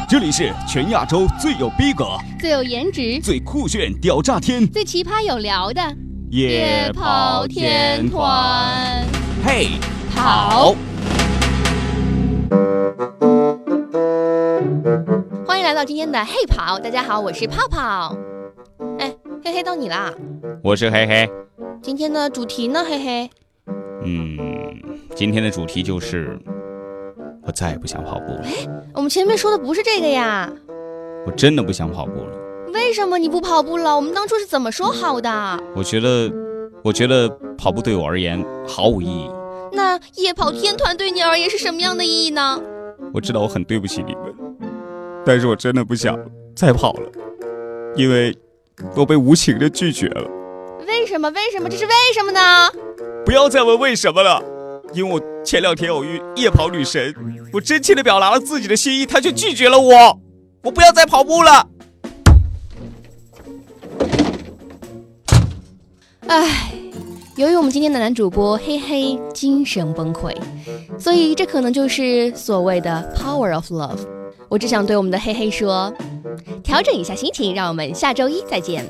这里是全亚洲最有逼格、 最有颜值、 最酷炫屌炸天、 最奇葩有聊的夜跑天团，嘿跑！欢迎来到今天的嘿跑，大家好，我是泡泡。哎，嘿嘿，到你啦！ 我是嘿嘿。 今天的主题呢，嘿嘿？ 今天的主题就是我再也不想跑步了。 我们前面说的不是这个呀。 我真的不想跑步了。 为什么你不跑步了？我们当初是怎么说好的？ 我觉得跑步对我而言毫无意义。 那夜跑天团对你而言是什么样的意义呢？ 我知道我很对不起你们，但是我真的不想再跑了，因为我被无情的拒绝了。 为什么？这是为什么呢？ 不要再问为什么了，因为我前2天偶遇夜跑女神，我真切的表达了自己的心意，她却拒绝了我。我不要再跑步了。 唉，由于我们今天的男主播嘿嘿精神崩溃，所以这可能就是所谓的 power of love。我只想对我们的嘿嘿说，调整一下心情，让我们下周一再见。